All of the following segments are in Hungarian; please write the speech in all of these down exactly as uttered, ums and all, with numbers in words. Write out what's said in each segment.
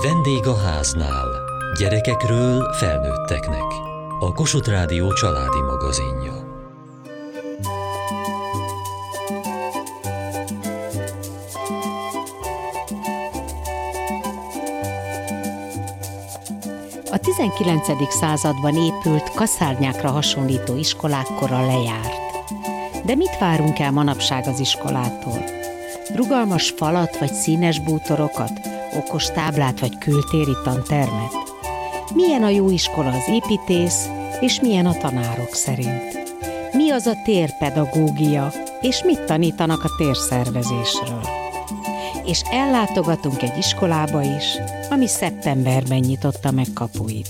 Vendég a háznál. Gyerekekről felnőtteknek. A Kossuth Rádió családi magazinja. A tizenkilencedik században épült kaszárnyákra hasonlító iskolák kora lejárt. De mit várunk el manapság az iskolától? Rugalmas falat vagy színes bútorokat, okos táblát vagy kültéri tantermet? Milyen a jó iskola az építész, és milyen a tanárok szerint? Mi az a térpedagógia, és mit tanítanak a térszervezésről? És ellátogatunk egy iskolába is, ami szeptemberben nyitotta meg kapuit.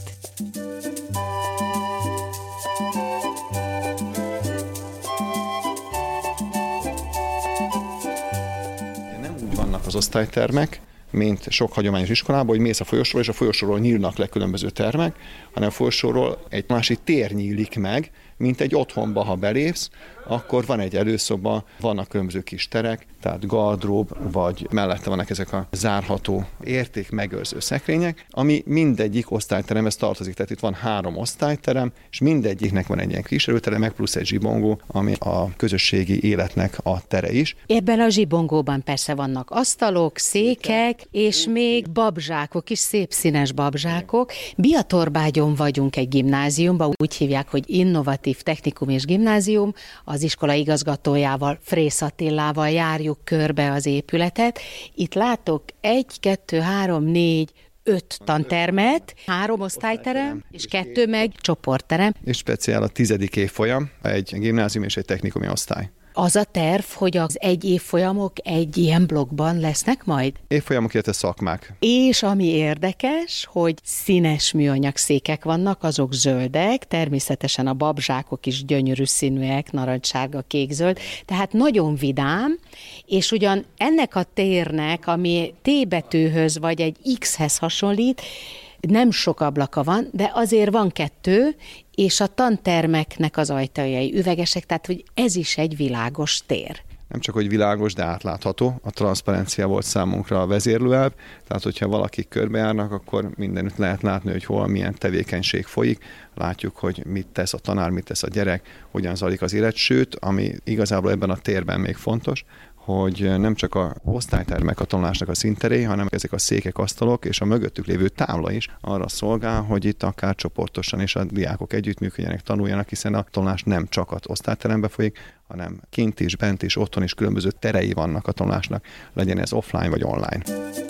Nem úgy vannak az osztálytermek, mint sok hagyományos iskolában, hogy mész a folyosóról, és a folyosóról nyílnak le különböző termek, hanem a folyosóról egy másik tér nyílik meg, mint egy otthonba, ha belépsz, akkor van egy előszoba, vannak különböző kis terek, tehát gardrób, vagy mellette vannak ezek a zárható értékmegőrző szekrények, ami mindegyik osztályteremhez tartozik. Tehát itt van három osztályterem, és mindegyiknek van egy ilyen kísérőtere, meg plusz egy zsibongó, ami a közösségi életnek a tere is. Ebben a zsibongóban persze vannak asztalok, székek, és még babzsákok is, szép színes babzsákok. Biatorbágyon vagyunk egy gimnáziumban, úgy hívják, hogy Innovatív Technikum és Gimnázium. Az iskola igazgatójával, Frész Attilával járjuk körbe az épületet. Itt látok egy, kettő, három, négy, öt tantermet, három osztályterem, és kettő meg csoportterem. És speciál a tizedik évfolyam, egy gimnázium és egy technikumi osztály. Az a terv, hogy az egy évfolyamok egy ilyen blokkban lesznek majd? Évfolyamok, illetve szakmák. És ami érdekes, hogy színes műanyag székek vannak, azok zöldek, természetesen a babzsákok is gyönyörű színűek, narancssárga, kék-zöld, tehát nagyon vidám, és ugyan ennek a térnek, ami T betűhöz vagy egy X-hez hasonlít, nem sok ablaka van, de azért van kettő, és a tantermeknek az ajtajai üvegesek, tehát hogy ez is egy világos tér. Nem csak, hogy világos, de átlátható. A transzparencia volt számunkra a vezérlőelv, tehát hogyha valakik körbejárnak, akkor mindenütt lehet látni, hogy hol milyen tevékenység folyik. Látjuk, hogy mit tesz a tanár, mit tesz a gyerek, hogyan zajlik az élet, sőt, ami igazából ebben a térben még fontos, hogy nem csak a osztálytermek a tanulásnak a színteré, hanem ezek a székek, asztalok és a mögöttük lévő tábla is arra szolgál, hogy itt akár csoportosan és a diákok együttműködjenek, tanuljanak, hiszen a tanulás nem csak az osztályterembe folyik, hanem kint is, bent is, otthon is különböző terei vannak a tanulásnak, legyen ez offline vagy online.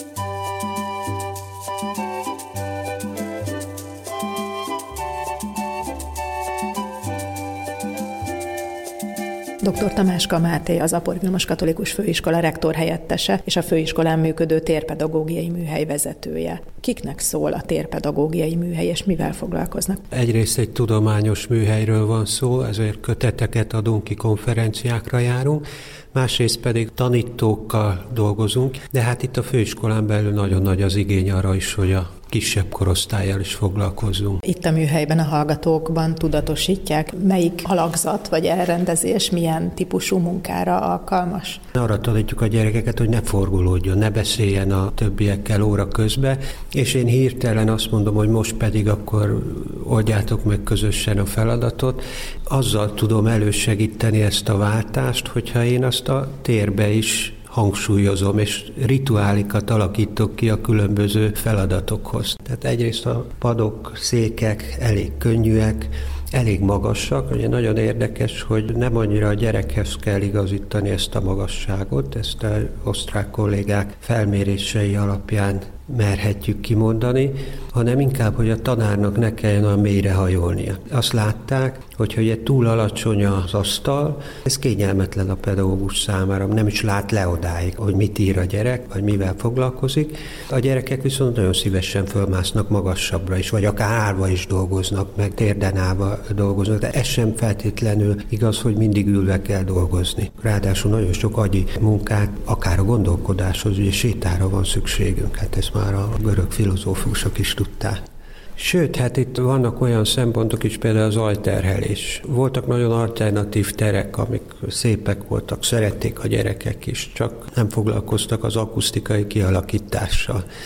doktor Tamáska Máté, az Apor Vilmos Katolikus Főiskola rektor helyettese és a főiskolán működő térpedagógiai műhely vezetője. Kiknek szól a térpedagógiai műhely, és mivel foglalkoznak? Egyrészt egy tudományos műhelyről van szó, ezért köteteket adunk ki, konferenciákra járunk, másrészt pedig tanítókkal dolgozunk, de hát itt a főiskolán belül nagyon nagy az igény arra is, hogy a kisebb korosztállyal is foglalkozzunk. Itt a műhelyben a hallgatókban tudatosítják, melyik alakzat vagy elrendezés milyen típusú munkára alkalmas? Arra tanítjuk a gyerekeket, hogy ne forgolódjon, ne beszéljen a többiekkel óra közben, és én hirtelen azt mondom, hogy most pedig akkor oldjátok meg közösen a feladatot. Azzal tudom elősegíteni ezt a váltást, hogyha én azt a térbe is hangsúlyozom, és rituálikat alakítok ki a különböző feladatokhoz. Tehát egyrészt a padok, székek elég könnyűek, elég magasak. Ugye nagyon érdekes, hogy nem annyira a gyerekhez kell igazítani ezt a magasságot, ezt az osztrák kollégák felmérései alapján merhetjük kimondani, hanem inkább, hogy a tanárnak ne kelljen olyan mélyre hajolnia. Azt látták, hogy ugye túl alacsony az asztal, ez kényelmetlen a pedagógus számára, nem is lát le odáig, hogy mit ír a gyerek, vagy mivel foglalkozik. A gyerekek viszont nagyon szívesen fölmásznak magasabbra is, vagy akár állva is dolgoznak, meg térden állva dolgoznak, de ez sem feltétlenül igaz, hogy mindig ülve kell dolgozni. Ráadásul nagyon sok agyi munkát, akár a gondolkodáshoz, ugye sétára van szükségünk, hát ezt már a görög filozófusok is tudták. Sőt, hát itt vannak olyan szempontok is, például az agyterhelés. Voltak nagyon alternatív terek, amik szépek voltak, szerették a gyerekek is, csak nem foglalkoztak az akusztikai kialakítással.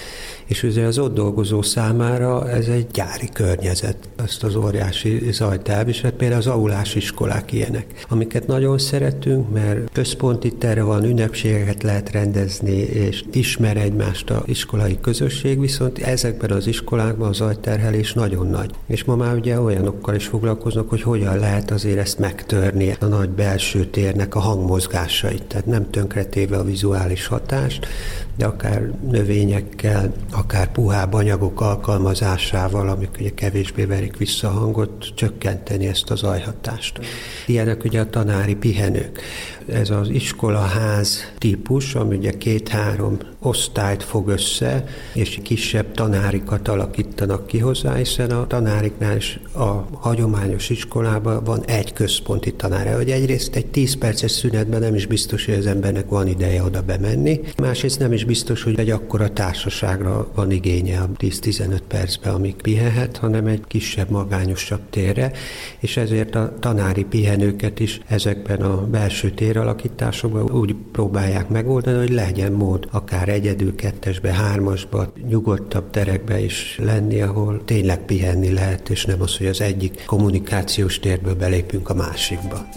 és ugye az ott dolgozó számára ez egy gyári környezet, ezt az óriási zajt elviselt, például az aulás iskolák ilyenek, amiket nagyon szeretünk, mert központi tere van, ünnepségeket lehet rendezni, és ismer egymást az iskolai közösség, viszont ezekben az iskolákban a zajterhelés nagyon nagy. És ma már ugye olyanokkal is foglalkoznak, hogy hogyan lehet azért ezt megtörni, a nagy belső térnek a hangmozgásait, tehát nem tönkretéve a vizuális hatást, de akár növényekkel, akár puhább anyagok alkalmazásával, amik ugye kevésbé verik vissza a hangot, csökkenteni ezt a zajhatást. Ilyenek ugye a tanári pihenők. Ez az iskolaház típus, ami ugye két-három osztályt fog össze, és kisebb tanárikat alakítanak ki hozzá, hiszen a tanáriknál is a hagyományos iskolában van egy központi tanár, hogy egyrészt egy tíz perces szünetben nem is biztos, hogy az embernek van ideje oda bemenni, másrészt nem is biztos, hogy egy akkora társaságra van igénye a tíz-tizenöt percben, amíg pihenhet, hanem egy kisebb, magányosabb térre, és ezért a tanári pihenőket is ezekben a belső téralakításokban úgy próbálják megoldani, hogy legyen mód akár egyedül, kettesbe, hármasba, nyugodtabb terekbe is lenni, ahol tényleg pihenni lehet, és nem az, hogy az egyik kommunikációs térből belépünk a másikba.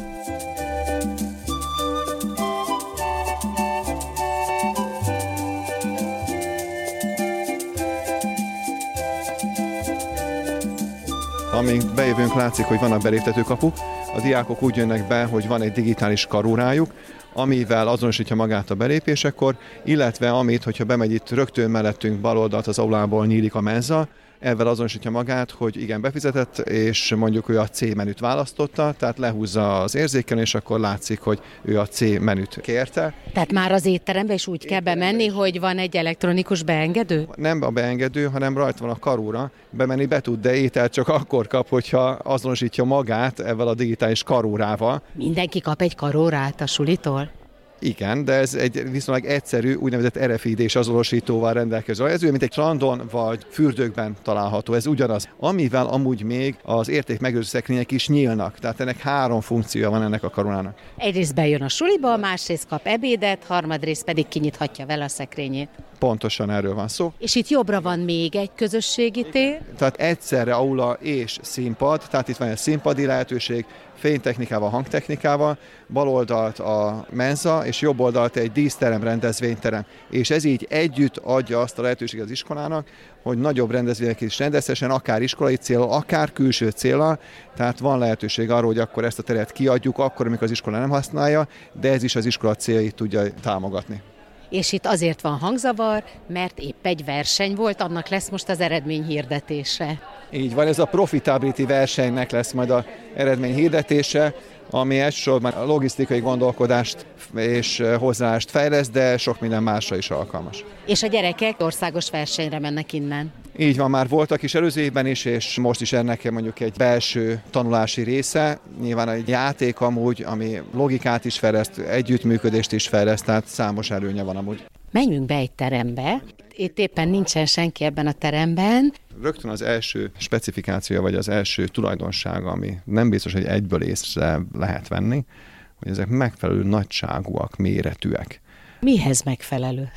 Amint bejövünk, látszik, hogy van a beléptetőkapu. A diákok úgy jönnek be, hogy van egy digitális karórájuk, amivel azonosítja magát a belépésekor, illetve amit, hogyha bemegy itt rögtön mellettünk bal oldalt az aulából nyílik a menza, ezzel azonosítja magát, hogy igen, befizetett, és mondjuk ő a C menüt választotta, tehát lehúzza az érzéken, és akkor látszik, hogy ő a C menüt kérte. Tehát már az étterembe is úgy kell bemenni, hogy van egy elektronikus beengedő? Nem a beengedő, hanem rajta van a karóra. Bemenni be tud, de ételt csak akkor kap, hogyha azonosítja magát ezzel a digitális karórával. Mindenki kap egy karórát a sulitól? Igen, de ez egy viszonylag egyszerű, úgynevezett er ef i dés azonosítóval rendelkező. Ez olyan, mint egy strandon vagy fürdőkben található, ez ugyanaz. Amivel amúgy még az értékmegőrző szekrények is nyílnak, tehát ennek három funkciója van ennek a karónának. Egyrészt bejön a suliba, másrészt kap ebédet, harmadrészt pedig kinyithatja vele a szekrényét. Pontosan erről van szó. És itt jobbra van még egy közösségi tér? Tehát egyszerre aula és színpad, tehát itt van egy színpadi lehetőség, fénytechnikával, hangtechnikával, bal oldalt a menza, és jobb oldalt egy díszterem, rendezvényterem. És ez így együtt adja azt a lehetőséget az iskolának, hogy nagyobb rendezvények is rendezhessen, akár iskolai céllal, akár külső céllal, tehát van lehetőség arra, hogy akkor ezt a teret kiadjuk, akkor, amikor az iskola nem használja, de ez is az iskola céljait tudja támogatni. És itt azért van hangzavar, mert épp egy verseny volt, annak lesz most az eredményhirdetése. Így van, ez a Profitability versenynek lesz majd az eredményhirdetése, ami elsősorban a logisztikai gondolkodást és hozzáállást fejleszt, de sok minden másra is alkalmas. És a gyerekek országos versenyre mennek innen? Így van, már voltak is előző évben is, és most is ennek mondjuk egy belső tanulási része. Nyilván egy játék amúgy, ami logikát is fejleszt, együttműködést is fejleszt, tehát számos előnye van amúgy. Menjünk be egy terembe. Itt éppen nincsen senki ebben a teremben. Rögtön az első specifikációja, vagy az első tulajdonsága, ami nem biztos, hogy egyből észre lehet venni, hogy ezek megfelelő nagyságúak, méretűek. Mihez megfelelő?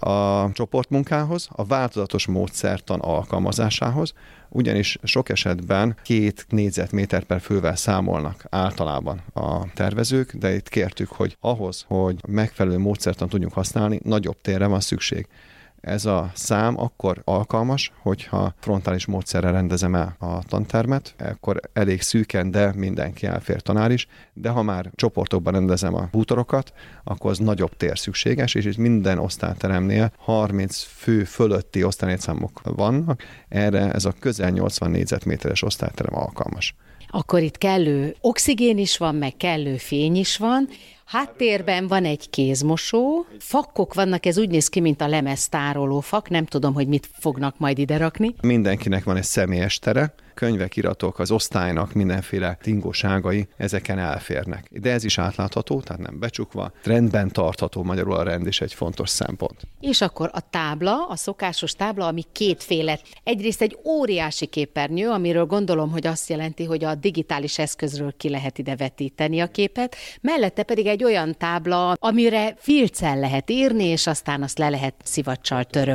A csoportmunkához, a változatos módszertan alkalmazásához, ugyanis sok esetben két négyzetméter per fővel számolnak általában a tervezők, de itt kértük, hogy ahhoz, hogy megfelelő módszertan tudjunk használni, nagyobb térre van szükség. Ez a szám akkor alkalmas, hogyha frontális módszerrel rendezem el a tantermet, akkor elég szűken, de mindenki elfér, tanár is, de ha már csoportokban rendezem a bútorokat, akkor az nagyobb tér szükséges, és itt minden osztályteremnél harminc fő fölötti osztálylétszámok vannak, erre ez a közel nyolcvan négyzetméteres osztályterem alkalmas. Akkor itt kellő oxigén is van, meg kellő fény is van. Háttérben van egy kézmosó, fakkok vannak, ez úgy néz ki, mint a lemeztároló fak, nem tudom, hogy mit fognak majd ide rakni. Mindenkinek van egy személyes tere, könyvek, iratok, az osztálynak mindenféle tingóságai ezeken elférnek. De ez is átlátható, tehát nem becsukva, rendben tartható, magyarul a rend is egy fontos szempont. És akkor a tábla, a szokásos tábla, ami kétféle. Egyrészt egy óriási képernyő, amiről gondolom, hogy azt jelenti, hogy a digitális eszközről ki lehet ide vetíteni a képet, mellette pedig egy olyan tábla, amire filccel lehet írni, és aztán azt le lehet szivacsal törölni.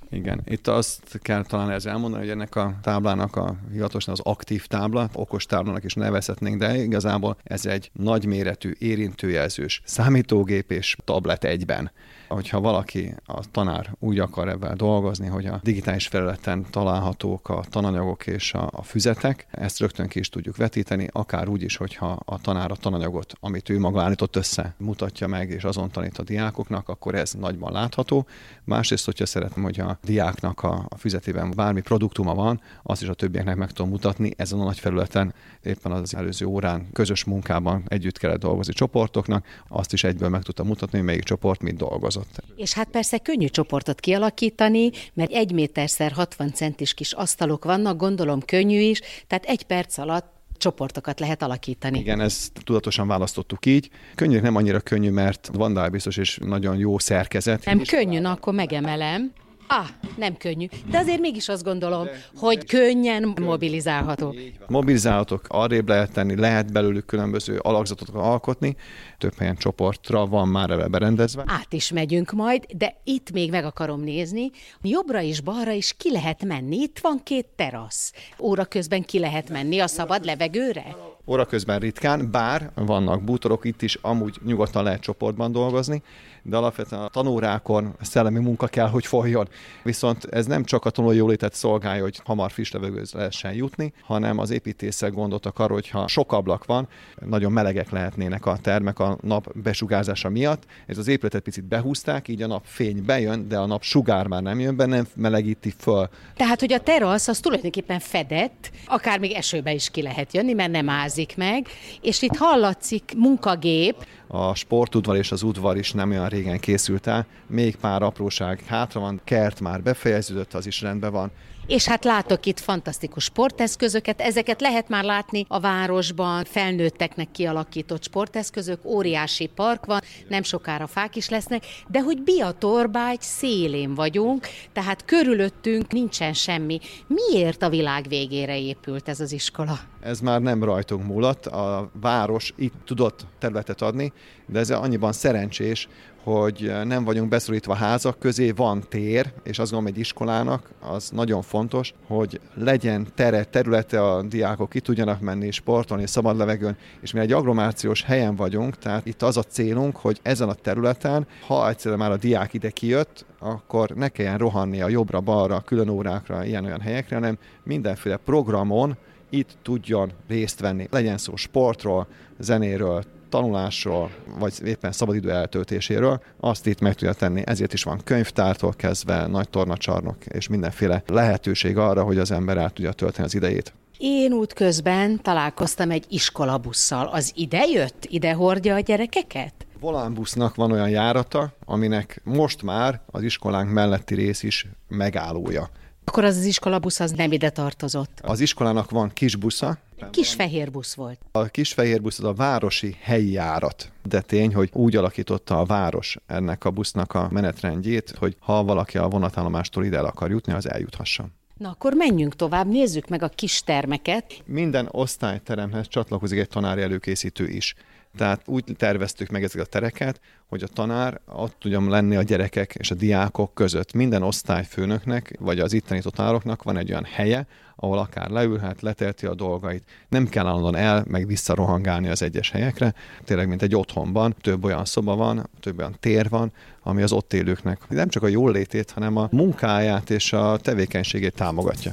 Igen, itt azt kell talán ezzel elmondani, hogy ennek a táblának a hivatalosan az aktív tábla, okos táblának is nevezhetnénk, de igazából ez egy nagyméretű, érintőjelzős számítógép és tablet egyben. Hogyha valaki, a tanár úgy akar ebben dolgozni, hogy a digitális felületen találhatók a tananyagok és a, a füzetek, ezt rögtön ki is tudjuk vetíteni, akár úgy is, hogyha a tanár a tananyagot, amit ő maga állított össze, mutatja meg, és azon tanít a diákoknak, akkor ez nagyban látható. Másrészt, hogyha szeretném, hogy a diáknak a, a füzetében bármi produktuma van, azt is a többieknek meg tudom mutatni ezen a nagy felületen. Éppen az előző órán közös munkában együtt kellett dolgozni csoportoknak, azt is egyből meg tudtam mutatni, hogy melyik csoport mit dolgozott. És hát persze könnyű csoportot kialakítani, mert egy méterszer hatvan centis kis asztalok vannak, gondolom könnyű is, tehát egy perc alatt csoportokat lehet alakítani. Igen, ezt tudatosan választottuk így. Könnyű, nem annyira könnyű, mert vandál biztos és nagyon jó szerkezet. Nem könnyű, na akkor megemelem. Ah, nem könnyű. De azért mégis azt gondolom, de, hogy de könnyen mobilizálható. Mobilizálhatók, arrébb lehet tenni, lehet belőlük különböző alakzatokat alkotni. Több helyen csoportra van már ebbe berendezve. Át is megyünk majd, de itt még meg akarom nézni. Jobbra és balra is ki lehet menni. Itt van két terasz. Óra közben ki lehet menni a szabad levegőre? Óra közben ritkán, bár vannak bútorok, itt is amúgy nyugodtan lehet csoportban dolgozni, de alapvetően a tanórákon szellemi munka kell, hogy folyjon. Viszont ez nem csak a tanuló jólétet szolgálja, hogy hamar friss levegőhöz lehessen jutni, hanem az építészek gondoltak arra, hogy ha sok ablak van, nagyon melegek lehetnének a termek a nap besugárzása miatt. Ez az épületet picit behúzták, így a nap fény bejön, de a nap sugár már nem jön be, nem melegíti föl. Tehát, hogy a terasz az tulajdonképpen fedett, akár még esőbe is ki lehet jönni, mert nem ázik meg, és itt hallatszik munkagép. A sportudvar és az udvar is nem olyan régen készült el, még pár apróság hátra van, kert már befejeződött, az is rendben van. És hát látok itt fantasztikus sporteszközöket, ezeket lehet már látni a városban, felnőtteknek kialakított sporteszközök, óriási park van, nem sokára fák is lesznek, de hogy Biatorbágy szélén vagyunk, tehát körülöttünk nincsen semmi. Miért a világ végére épült ez az iskola? Ez már nem rajtunk múlott, a város itt tudott területet adni, de ez annyiban szerencsés, hogy nem vagyunk beszorítva házak közé, van tér, és azt gondolom, egy iskolának az nagyon fontos, hogy legyen tere, területe, a diákok ki tudjanak menni, sportolni, szabad levegőn, és mi egy agglomerációs helyen vagyunk, tehát itt az a célunk, hogy ezen a területen, ha egyszerűen már a diák ide kijött, akkor ne kelljen rohannia jobbra-balra, külön órákra, ilyen-olyan helyekre, hanem mindenféle programon itt tudjon részt venni. Legyen szó sportról, zenéről, tanulásról, vagy éppen szabadidő eltöltéséről, azt itt meg tudja tenni. Ezért is van könyvtártól kezdve, nagy tornacsarnok, és mindenféle lehetőség arra, hogy az ember el tudja tölteni az idejét. Én útközben találkoztam egy iskolabusszal. Az ide jött? Ide hordja a gyerekeket? Volánbusznak van olyan járata, aminek most már az iskolánk melletti rész is megállója. Akkor az az iskolabusz az nem ide tartozott? Az iskolának van kis busza. Kis fehér busz volt. A kis fehér busz az a városi helyi járat. De tény, hogy úgy alakította a város ennek a busznak a menetrendjét, hogy ha valaki a vonatállomástól ide el akar jutni, az eljuthasson. Na akkor menjünk tovább, nézzük meg a kis termeket. Minden osztályteremhez csatlakozik egy tanári előkészítő is. Tehát úgy terveztük meg ezeket a tereket, hogy a tanár ott tudjon lenni a gyerekek és a diákok között. Minden osztályfőnöknek, vagy az itteni tanároknak van egy olyan helye, ahol akár leülhet, letölti a dolgait. Nem kell állandóan el, meg visszarohangálni az egyes helyekre. Tényleg, mint egy otthonban, több olyan szoba van, több olyan tér van, ami az ott élőknek nem csak a jólétét, hanem a munkáját és a tevékenységét támogatja.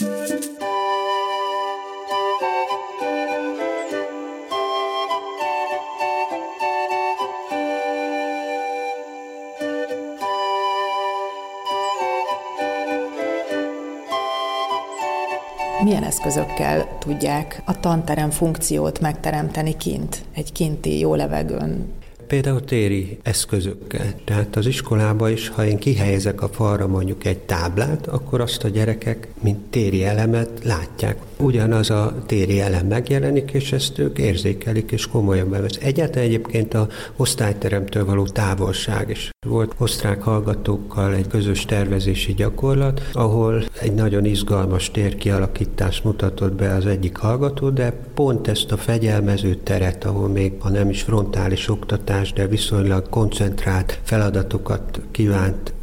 Milyen eszközökkel tudják a tanterem funkciót megteremteni kint, egy kinti jó levegőn? Például téri eszközökkel. Tehát az iskolába is, ha én kihelyezek a falra mondjuk egy táblát, akkor azt a gyerekek, mint téri elemet látják. Ugyanaz a téri elem megjelenik, és ezt ők érzékelik, és komolyan vesz. Egyáltalán egyébként a osztályteremtől való távolság is. Volt osztrák hallgatókkal egy közös tervezési gyakorlat, ahol egy nagyon izgalmas térkialakítást mutatott be az egyik hallgató, de pont ezt a fegyelmező teret, ahol még ha nem is frontális oktatás, de viszonylag koncentrált feladatokat kívánt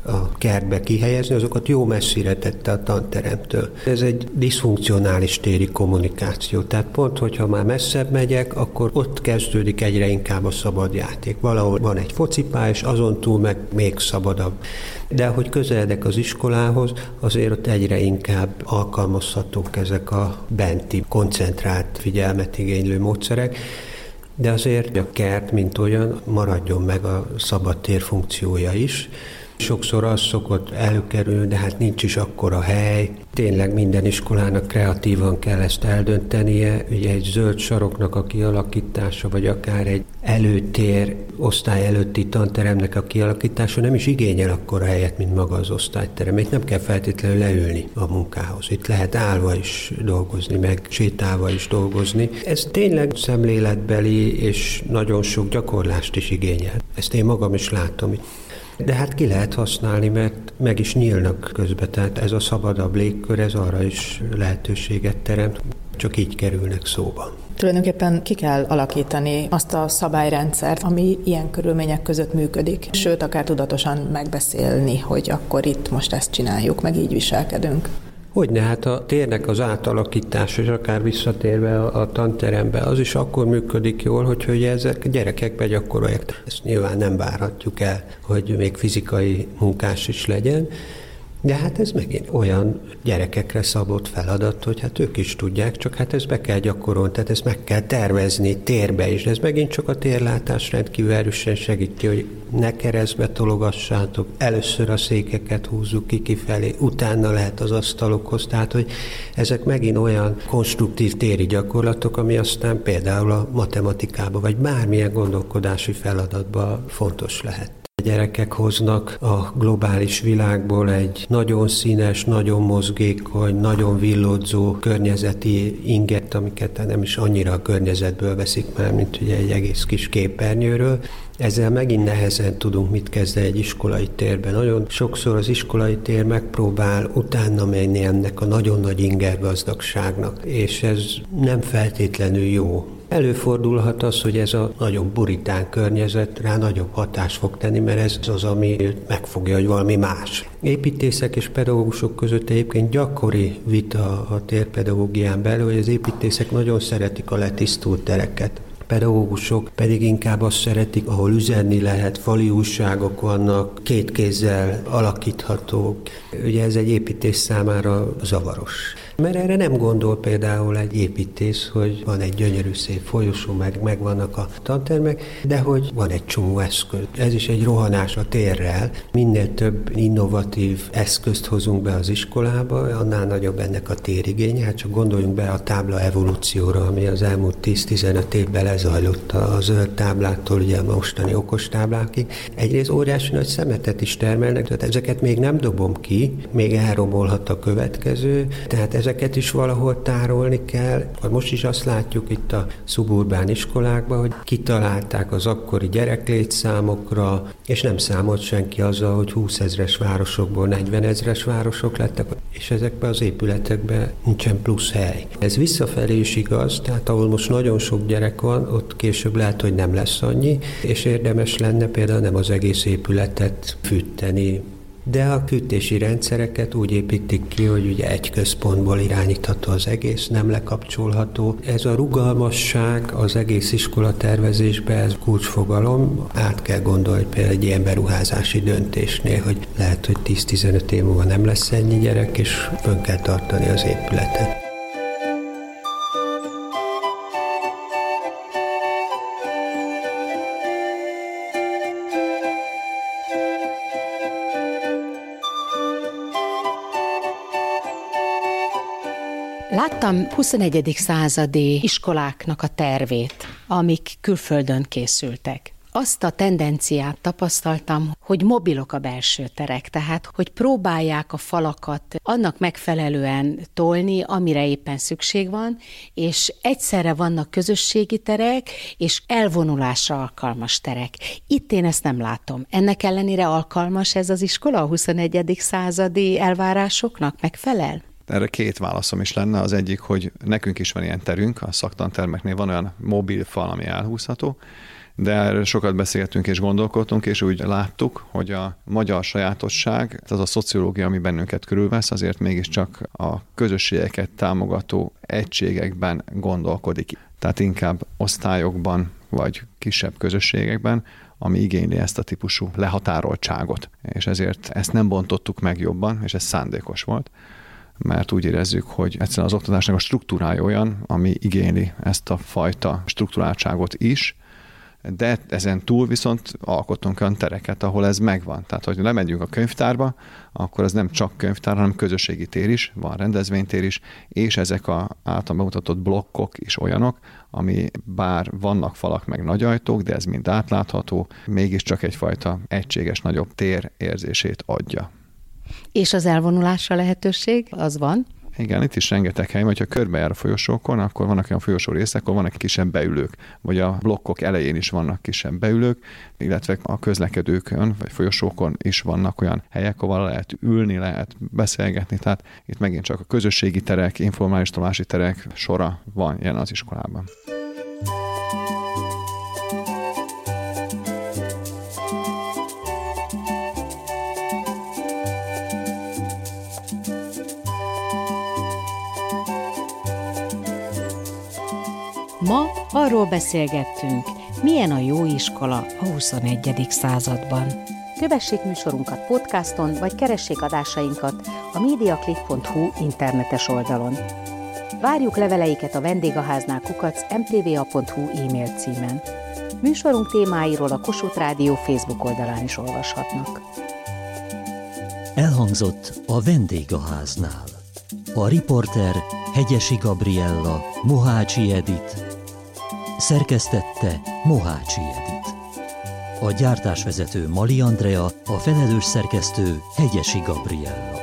a kertbe kihelyezni, azokat jó messzire tette a tanteremtől. Ez egy diszfunkcionális téri kommunikáció. Tehát pont, hogyha már messzebb megyek, akkor ott kezdődik egyre inkább a szabad játék. Valahol van egy focipálya, és azon túl meg még szabadabb. De ahogy közeledek az iskolához, azért ott egyre inkább alkalmazhatók ezek a benti, koncentrált figyelmet igénylő módszerek, de azért a kert, mint olyan, maradjon meg a szabadtér funkciója is. Sokszor az szokott előkerülni, de hát nincs is akkora hely. Tényleg minden iskolának kreatívan kell ezt eldöntenie. Ugye egy zöld saroknak a kialakítása, vagy akár egy előtér, osztály előtti tanteremnek a kialakítása nem is igényel akkora helyet, mint maga az osztályterem. Itt nem kell feltétlenül leülni a munkához. Itt lehet állva is dolgozni, meg sétálva is dolgozni. Ez tényleg szemléletbeli és nagyon sok gyakorlást is igényel. Ezt én magam is látom. De hát ki lehet használni, mert meg is nyílnak közben, tehát ez a szabadabb légkör, ez arra is lehetőséget teremt, csak így kerülnek szóba. Tulajdonképpen ki kell alakítani azt a szabályrendszert, ami ilyen körülmények között működik, sőt, akár tudatosan megbeszélni, hogy akkor itt most ezt csináljuk, meg így viselkedünk. Hogyne, hát a térnek az átalakítása, és akár visszatérve a, a tanterembe, az is akkor működik jól, hogyha ugye ezek gyerekekbe gyakorolják. Ezt nyilván nem várhatjuk el, hogy még fizikai munkás is legyen, de hát ez megint olyan gyerekekre szabott feladat, hogy hát ők is tudják, csak hát ezt be kell gyakorolni, tehát ezt meg kell tervezni térbe is. Ez megint csak a térlátás rendkívül erősen segíti, hogy ne keresztbe tologassátok, először a székeket húzzuk ki kifelé, utána lehet az asztalokhoz, tehát hogy ezek megint olyan konstruktív téri gyakorlatok, ami aztán például a matematikában, vagy bármilyen gondolkodási feladatban fontos lehet. A gyerekek hoznak a globális világból egy nagyon színes, nagyon mozgékony, nagyon villódzó környezeti inget, amiket nem is annyira a környezetből veszik már, mint ugye egy egész kis képernyőről. Ezzel megint nehezen tudunk mit kezdeni egy iskolai térben. Nagyon sokszor az iskolai tér megpróbál utána menni ennek a nagyon nagy ingergazdagságnak, és ez nem feltétlenül jó. Előfordulhat az, hogy ez a nagyon puritán környezet rá nagyobb hatást fog tenni, mert ez az, ami őt megfogja, hogy valami más. Építészek és pedagógusok között egyébként gyakori vita a térpedagógián belül, hogy az építészek nagyon szeretik a letisztult tereket. Pedagógusok pedig inkább azt szeretik, ahol üzenni lehet, fali újságok vannak, két kézzel alakíthatók. Ugye ez egy építész számára zavaros. Mert erre nem gondol például egy építész, hogy van egy gyönyörű szép folyosó, meg megvannak a tantermek, de hogy van egy csomó eszköz. Ez is egy rohanás a térrel. Minél több innovatív eszközt hozunk be az iskolába, annál nagyobb ennek a térigénye. Hát csak gondoljunk be a tábla evolúcióra, ami az elmúlt tíz-tizenöt évben lezajlott a zöld táblától ugye a mostani okostáblákig. Egyrészt óriási nagy szemetet is termelnek, tehát ezeket még nem dobom ki, még elromolhat a következő, tehát ez ezeket is valahol tárolni kell. Most is azt látjuk itt a szuburbán iskolákban, hogy kitalálták az akkori gyereklétszámokra, és nem számolt senki azzal, hogy húszezres városokból negyvenezres városok lettek, és ezekben az épületekben nincsen plusz hely. Ez visszafelé is igaz, tehát ahol most nagyon sok gyerek van, ott később lehet, hogy nem lesz annyi, és érdemes lenne például nem az egész épületet fűteni, de a fűtési rendszereket úgy építik ki, hogy ugye egy központból irányítható az egész, nem lekapcsolható. Ez a rugalmasság az egész iskola tervezésben, ez kulcsfogalom. Át kell gondolni például egy ilyen beruházási döntésnél, hogy lehet, hogy tíz-tizenöt év múlva nem lesz ennyi gyerek, és fönn kell tartani az épületet. Láttam huszonegyedik századi iskoláknak a tervét, amik külföldön készültek. Azt a tendenciát tapasztaltam, hogy mobilok a belső terek, tehát hogy próbálják a falakat annak megfelelően tolni, amire éppen szükség van, és egyszerre vannak közösségi terek, és elvonulásra alkalmas terek. Itt én ezt nem látom. Ennek ellenére alkalmas ez az iskola a huszonegyedik századi elvárásoknak megfelel? Erre két válaszom is lenne. Az egyik, hogy nekünk is van ilyen terünk, a szaktantermeknél van olyan mobil fal, ami elhúzható, De erről sokat beszéltünk és gondolkodtunk, és úgy láttuk, hogy a magyar sajátosság, az a szociológia, ami bennünket körülvesz, azért mégiscsak a közösségeket támogató egységekben gondolkodik. Tehát inkább osztályokban, vagy kisebb közösségekben, ami igényli ezt a típusú lehatároltságot. És ezért ezt nem bontottuk meg jobban, és ez szándékos volt, mert úgy érezzük, hogy egyszerűen az oktatásnak a struktúrája olyan, ami igényli ezt a fajta strukturáltságot is, de ezen túl viszont alkotunk olyan tereket, ahol ez megvan. Tehát, hogy lemegyünk a könyvtárba, akkor ez nem csak könyvtár, hanem közösségi tér is, van rendezvénytér is, és ezek az általán bemutatott blokkok is olyanok, ami bár vannak falak meg nagy ajtók, de ez mind átlátható, mégiscsak egyfajta egységes nagyobb tér érzését adja. És az elvonulásra lehetőség, az van? Igen, itt is rengeteg hely, hogyha körbejár a folyosókon, akkor vannak olyan folyosó részek, akkor vannak kisebb beülők, vagy a blokkok elején is vannak kisebb beülők, illetve a közlekedőkön, vagy folyosókon is vannak olyan helyek, ahol lehet ülni, lehet beszélgetni, tehát itt megint csak a közösségi terek, informális tanulási terek sora van jelen az iskolában. Ma arról beszélgettünk, milyen a jó iskola a huszonegyedik században. Kövessék műsorunkat podcaston, vagy keressék adásainkat a mediaclick pont hu internetes oldalon. Várjuk leveleiket a vendégháznál kukac em té vé á pont hu e-mail címen. Műsorunk témáiról a Kossuth Rádió Facebook oldalán is olvashatnak. Elhangzott a vendégháznál. A riporter Hegyesi Gabriella, Mohácsi Edit, szerkesztette Mohácsi Edit. A gyártásvezető Mali Andrea, a felelős szerkesztő Hegyesi Gabriella.